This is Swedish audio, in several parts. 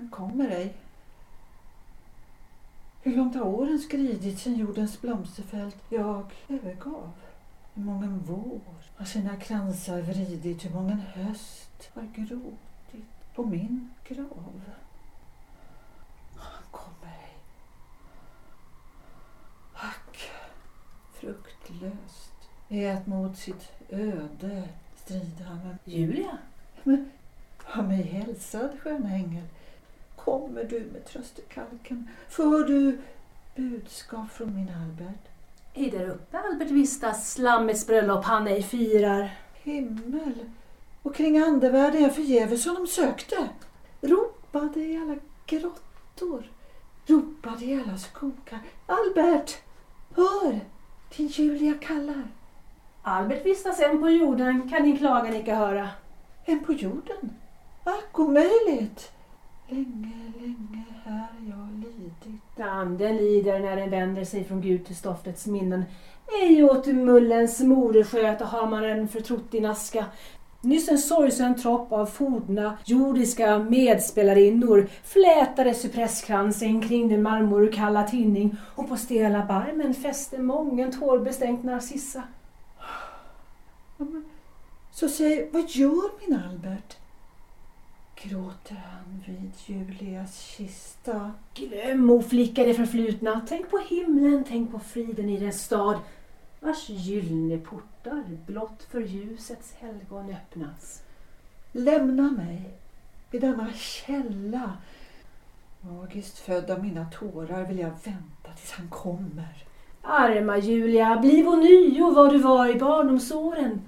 Han kommer ej. Hur långt har åren skridit sedan jordens blomsterfält jag övergav? Hur mången vår har sina kransar vridit, hur mången höst har grodit på min grav? Han kommer ej. Ack, fruktlöst är att mot sitt öde strida. Men Julia? Men ha mig hälsad, sköna ängel. Kommer du med tröstekalken? Får du budskap från min Albert? Är där uppe Albert vistas, slammets bröllop han ej firar? Himmel, och kring andevärlden jag förgäves honom sökte. Ropade i alla grottor, ropade i alla skogar. Albert, hör, din Julia kallar. Albert vistas än på jorden, kan din klagan icke höra. En på jorden? Ack, omöjligt. Länge, länge här jag lidit. Anden lider när den vänder sig från Gud till stoftets minnen. Ej åt mullens modersköte har man en förtrott i naska. Nyss en sorgsen tropp av forna jordiska medspelarinnor flätade cypresskransen kring den marmorkalla tinning och på stela barmen fäste mången tårbestänkt narcissa. Så säg, vad gör min Albert? Gråter han vid Julias kista? Glöm, o flicka, det förflutna. Tänk på himlen, tänk på friden i den stad vars gyllene portar blott för ljusets helgon öppnas. Lämna mig vid denna källa. Magiskt född av mina tårar vill jag vänta tills han kommer. Arma Julia, bliv ånyo vad du var i barndomsåren.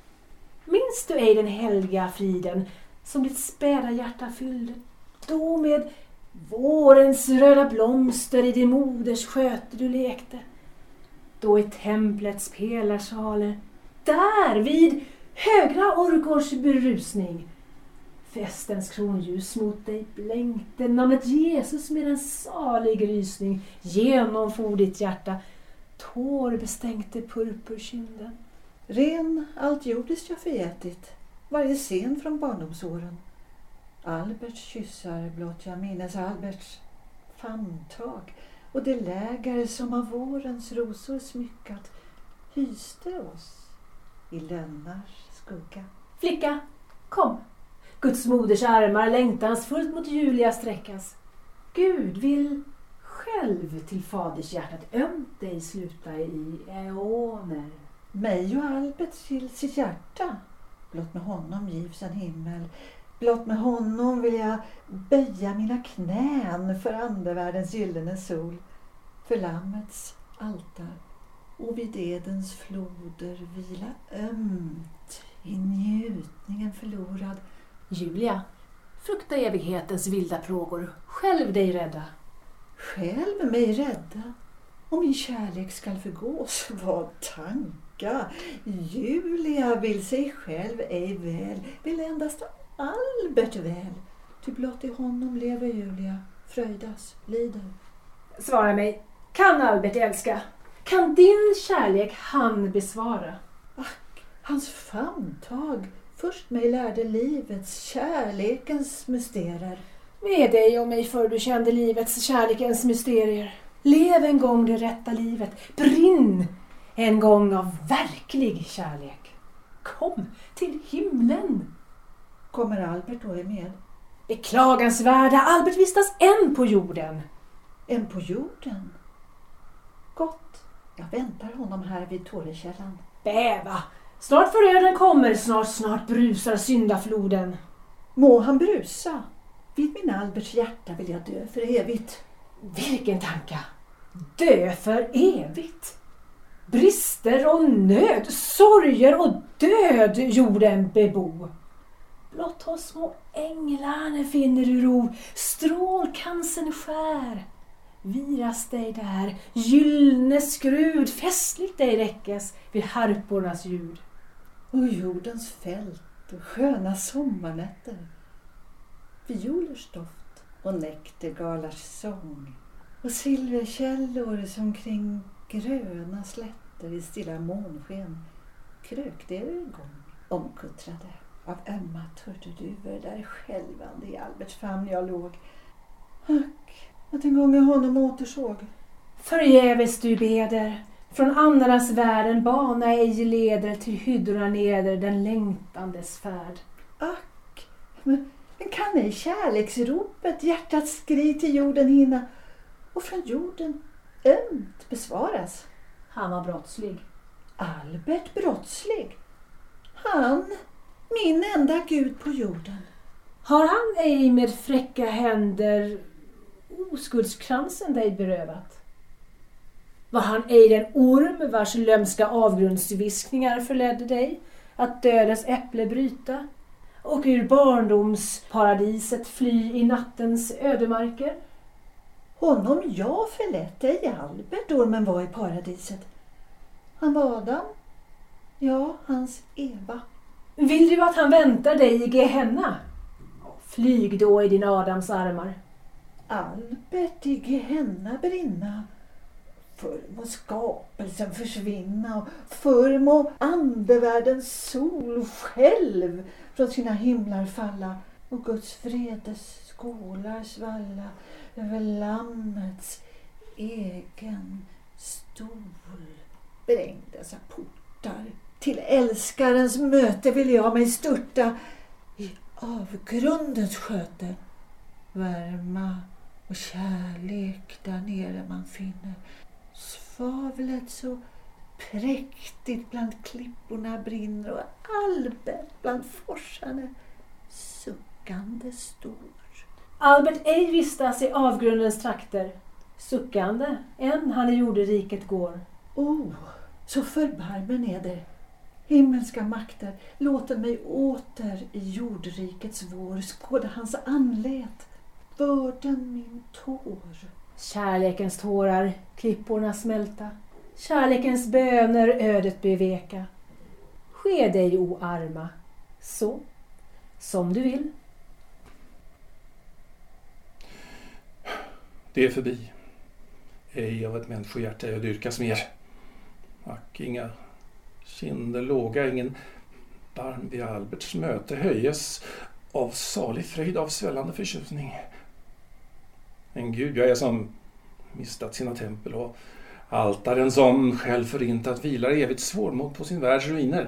Minns du ej den helga friden som ditt späda hjärta fyllde? Då med vårens röda blomster i din moders sköte du lekte. Då i templets pelarsaler, där vid högra orkors berusning, festens kronljus mot dig blänkte, namnet Jesus med en salig rysning genomfor ditt hjärta, tår bestänkte purpurkinden. Ren allt jordiskt jag förgätit, varje scen från barndomsåren. Alberts kyssar blott jag minnes, Alberts famntag och det läger som av vårens rosor smyckat hyste oss i lönnars skugga. Flicka, kom! Guds moders armar längtans fullt mot Julia sträckas. Gud vill själv till faders hjärtat ömt dig sluta i äoner. Mig och Albert till sitt hjärta, blott med honom givs en himmel. Blott med honom vill jag böja mina knän för andevärldens gyllene sol, för lammets altar och vid Edens floder vila ömt i njutningen förlorad. Julia, frukta evighetens vilda plågor, själv dig rädda. Själv mig rädda? Om min kärlek skall förgås, vad tanka. Julia vill sig själv ej väl, vill endast Albert väl. Ty blott i honom lever Julia, fröjdas, lider. Svara mig, kan Albert älska? Kan din kärlek han besvara? Ack, hans famntag först mig lärde livets, kärlekens mysterier. Med dig och mig för du kände livets, kärlekens mysterier. Lev en gång det rätta livet, brinn en gång av verklig kärlek. Kom till himlen. Kommer Albert då med? Beklagansvärda, Albert vistas än på jorden. En på jorden? Gott, jag väntar honom här vid Tårekällan. Bäva, snart föröden kommer, snart brusar syndafloden. Må han brusa, vid min Alberts hjärta vill jag dö för evigt. Vilken tanka, dö för evigt. Brister och nöd, sorger och död jorden bebo. Blott hos små änglarna finner du ro, strålcancern skär. Viras dig där, gyllne skrud, festligt dig räckes vid harpornas ljud. Och jordens fält och sköna sommarnätter, violers doft och näktergalars sång och silverkällor som kring gröna slätter i stilla månsken krökte er igång, omkuttrade av ömma turturduvor där självande i Alberts famn jag låg. att en gång jag honom återsåg. Förgäves du beder, från andarnas världen bana ej leder till hyddorna neder den längtandes färd. Ack, men kan ej kärleksropet, hjärtats skri till jorden hinna och från jorden ömt besvaras? Han var brottslig. Albert brottslig? Han, min enda gud på jorden. Har han ej med fräcka händer oskuldskransen dig berövat? Var han ej den orm vars lömska avgrundsviskningar förledde dig att dödens äpple bryta och ur barndomsparadiset fly i nattens ödemarker? Honom jag förlät, ej Albert ormen var i paradiset. Han var Adam, ja, hans Eva. Vill du att han väntar dig i Gehenna? Flyg då i din Adams armar. Albert i Gehenna brinna, förr må skapelsen försvinna och förr må andevärldens sol själv från sina himlar falla och Guds vredes skålar svalla över lammets egen stol. Bräng dessa portar, till älskarens möte vill jag mig störta i avgrundens sköte. Värma och kärlek där nere man finner. Svavlet så präktigt bland klipporna brinner och Albert bland forsarna suckande står. Albert ej vistas i avgrundens trakter, suckande än han i jorderiket går. Så förbarmen är det. Himmelska makter, låten mig åter i jordrikets vår skåda hans anlet, börden min tår. Kärlekens tårar, klipporna smälta, kärlekens böner ödet beveka. Ske dig, o arma, så som du vill. Det är förbi. Ej av ett människohjärta jag dyrkas mer. Ack, inga kinder låga, ingen barm vid Alberts möte höjes av salig fröjd, av svällande förtjusning. En Gud jag är som mistat sina tempel och altaren som själv förintat vilar evigt svårmod på sin världs ruiner.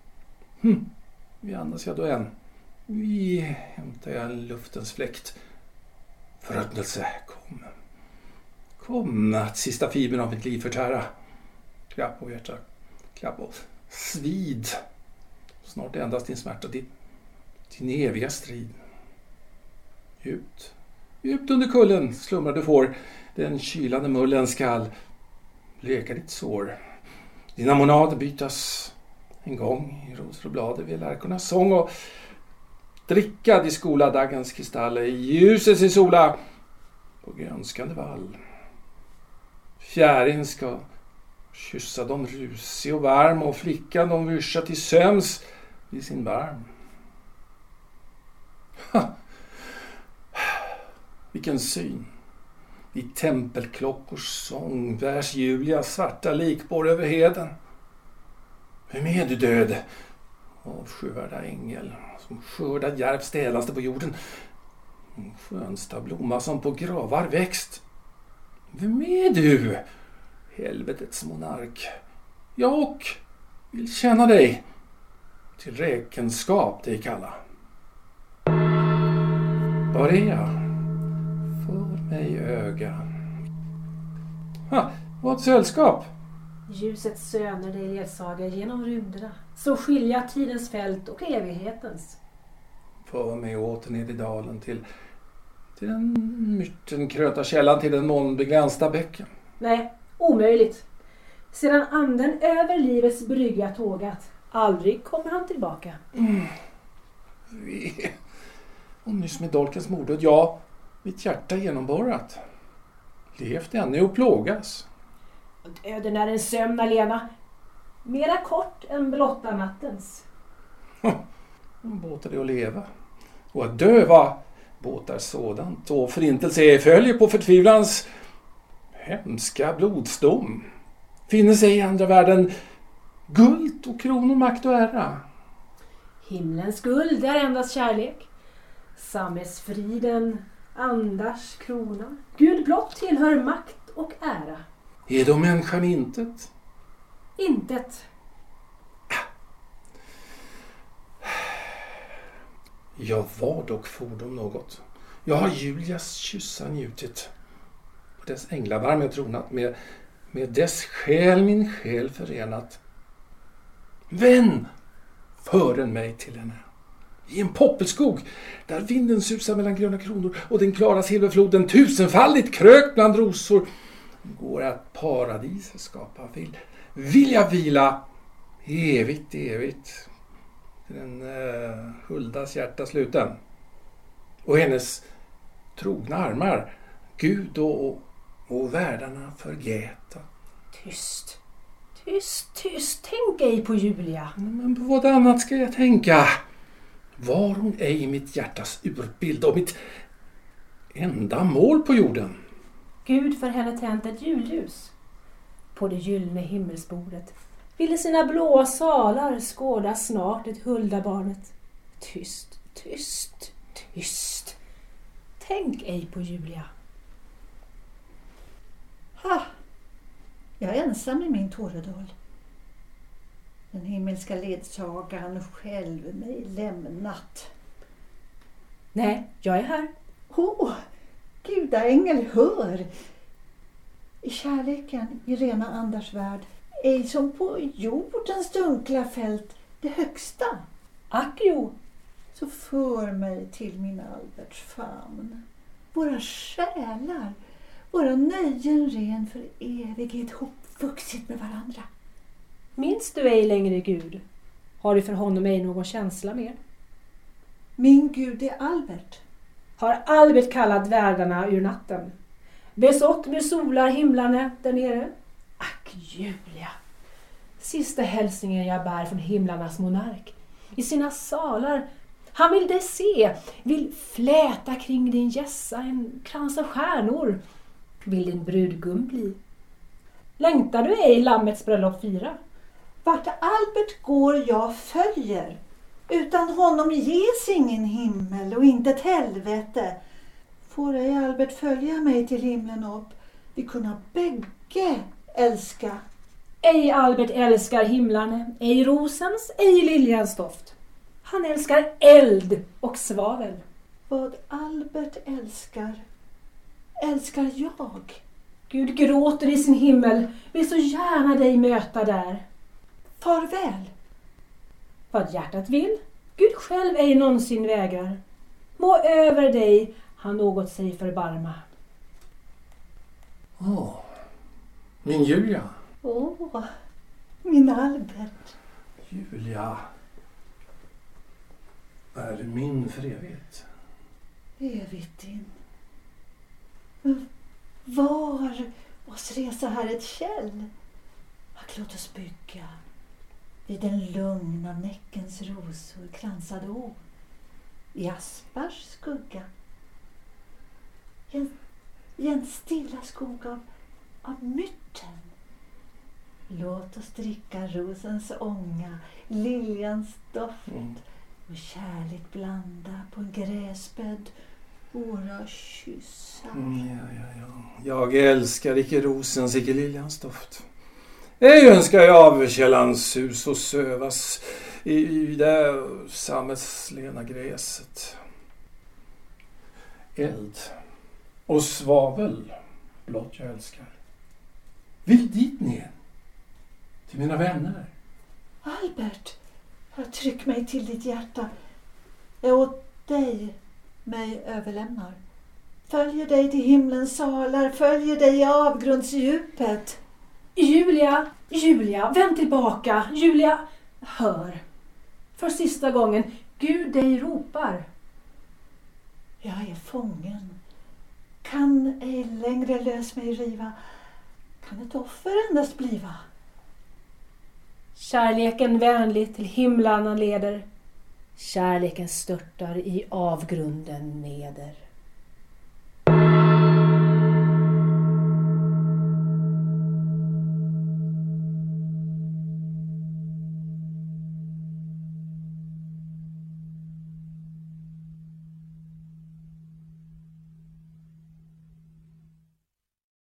Vi andas jag då än. Vi hämtar jag en luftens fläkt. Förödelse, kom. Kom att sista fibern av mitt liv förtära. Klapp på hjärta, klapp och svid. Snart endast din smärta, din eviga strid. Djupt under kullen slumrar du får. Den kylande mullen skall leka ditt sår. Dina monader bytas en gång i rosor och blader vid lärkornas sång och dricka de skola dagens kristaller i ljuset sin sola på grönskande vall. Fjärin ska kyssa dem rusig och varm och flickan de vyrsa till söms vid sin barm. Vilken syn! Vid tempelklockors sång värs Julia svarta likbår över heden. Vem är du död? Avskyvärda ängel som skördar djärv städaste på jorden. Skönsta blomma som på gravar växt. Vem är du? Helvetets monark. Jag vill känna dig. Till räkenskap dig kalla. Var är jag? För mig öga. Vad sällskap? Ljusets söner dig ledsagar genom rymderna, så skilja tidens fält och evighetens. För mig åter ned i dalen till den myttenkröta källan, till den molnbeglänsta bäcken. Nej, omöjligt. Sedan anden över livets brygga tågat, aldrig kommer han tillbaka. Och nyss med dolkens mordöd, ja, mitt hjärta genomborrat. Levt ännu och plågas. Döden är en sömn alena, mera kort än blotta nattens. Båtar det att leva. Och att dö var båtar sådant. Och förintelse följer på förtvivlans hemska blodsdom. Finner sig i andra världen guld och kronor, makt och ära. Himlens guld är endast kärlek. Sammetsfriden andars krona. Gud Gud blott tillhör makt och ära. Är då människan intet? Intet. Jag var dock fordom något. Jag har Julias kyssar njutit. Och dess änglavarm jag tronat med dess själ min själ förenat. Vän fören mig till henne. I en poppelskog där vinden susar mellan gröna kronor och den klara silverfloden tusenfaldigt krökt bland rosor går att paradiset skapa vill jag vila evigt till den Huldas hjärta sluten och hennes trogna armar Gud och världarna förgäta. Tyst. Tänk ej på Julia. Men på vad annat ska jag tänka? Var hon ej mitt hjärtas urbild och mitt enda mål på jorden? Gud för henne tänt ett julljus. På det gyllene himmelsbordet ville sina blåa salar skåda snart ett hulda barnet. Tyst. Tänk ej på Julia. Ha! Jag är ensam i min Torredal. Den himmelska ledsagan själv mig lämnat. Nej, jag är här. Gudaängel, hör! I kärleken, i rena andars värld, ej som på jordens dunkla fält, det högsta. Ack jo. Så för mig till min Alberts famn. Våra själar, våra nöjen ren för evighet hopvuxit med varandra. Minns du ej längre Gud? Har du för honom ej någon känsla mer? Min Gud är Albert. Har Albert kallat världarna ur natten? Besått med solar himlarna där nere? Ack Julia, sista hälsningen jag bär från himlarnas monark. I sina salar, han vill dig se, vill fläta kring din gässa en krans av stjärnor. Vill din brudgum bli? Längtar du ej lammets bröllop fira? Vart Albert går jag följer. Utan honom ges ingen himmel och inte ett helvete. Får ej Albert följa mig till himlen upp, vi kunna bägge älska. Ej Albert älskar himlarna, ej rosens, ej liljans doft. Han älskar eld och svavel. Vad Albert älskar jag. Gud gråter i sin himmel, vill så gärna dig möta där. Farväl. Vad hjärtat vill, Gud själv ej någonsin vägrar. Må över dig han något sig förbarma. Min Julia. Min Albert. Julia. Är du min för evigt? Evigt din. Men var oss resa här ett käll? Ack, låt oss bygga vid den lugna näckens rosor kransade å, i aspars skugga, i en stilla skog av mytten. Låt oss dricka rosens ånga, liljans doft och kärlek blanda på en gräsbädd våra kyssar. Jag älskar icke rosens, icke liljans doft. Ej önskar jag av källans hus och sövas i det sammetslena gräset. Eld och svavel blott jag älskar. Vill dit ner till mina vänner. Albert, tryck mig till ditt hjärta. Jag åt dig mig överlämnar. Följer dig till himlens salar, följer dig i avgrundsdjupet. Julia, vänd tillbaka. Julia, hör. För sista gången, Gud dig ropar. Jag är fången. Kan ej längre lös mig riva. Kan ett offer endast bliva? Kärleken vänligt till himlarna leder. Kärleken störtar i avgrunden neder.